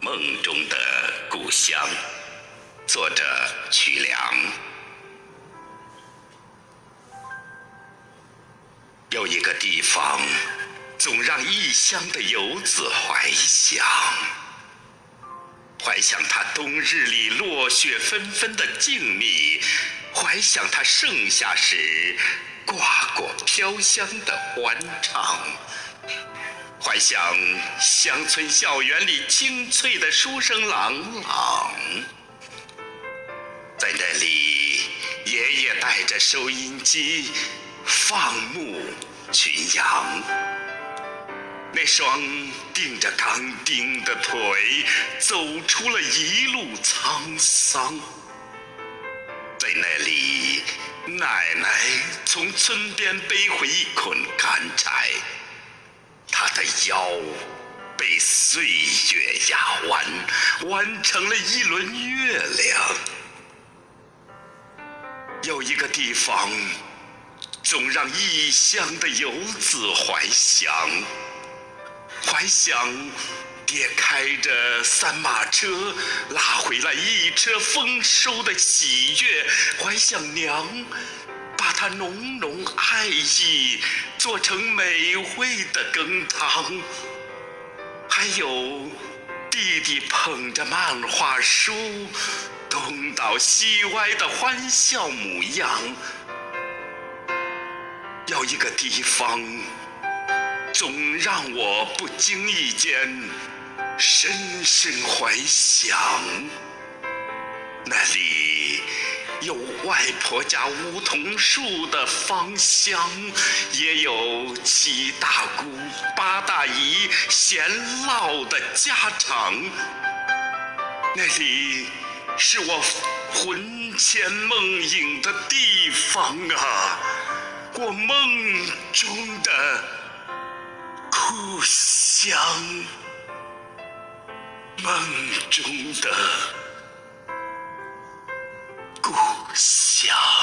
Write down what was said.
梦中的故乡，作者曲梁。有一个地方，总让异乡的游子怀想，怀想它冬日里落雪纷纷的静谧，怀想它盛夏时瓜果飘香的欢畅，怀想乡村校园里清脆的书声朗朗。在那里，爷爷带着收音机放牧群羊，那双钉着钢钉的腿走出了一路沧桑。在那里，奶奶从村边背回一捆干柴，她的腰被岁月压弯，弯成了一轮月亮。有一个地方，总让异乡的游子怀想，怀想爹开着三马车拉回来一车丰收的喜悦，怀想娘把她浓浓爱意做成美味的羹汤，还有弟弟捧着漫画书东倒西歪的欢笑模样。有一个地方，总让我不经意间深深怀想，那里有外婆家梧桐树的芳香，也有七大姑八大姨闲唠的家常，那里是我魂牵梦萦的地方啊，我梦中的故乡，梦中的故乡。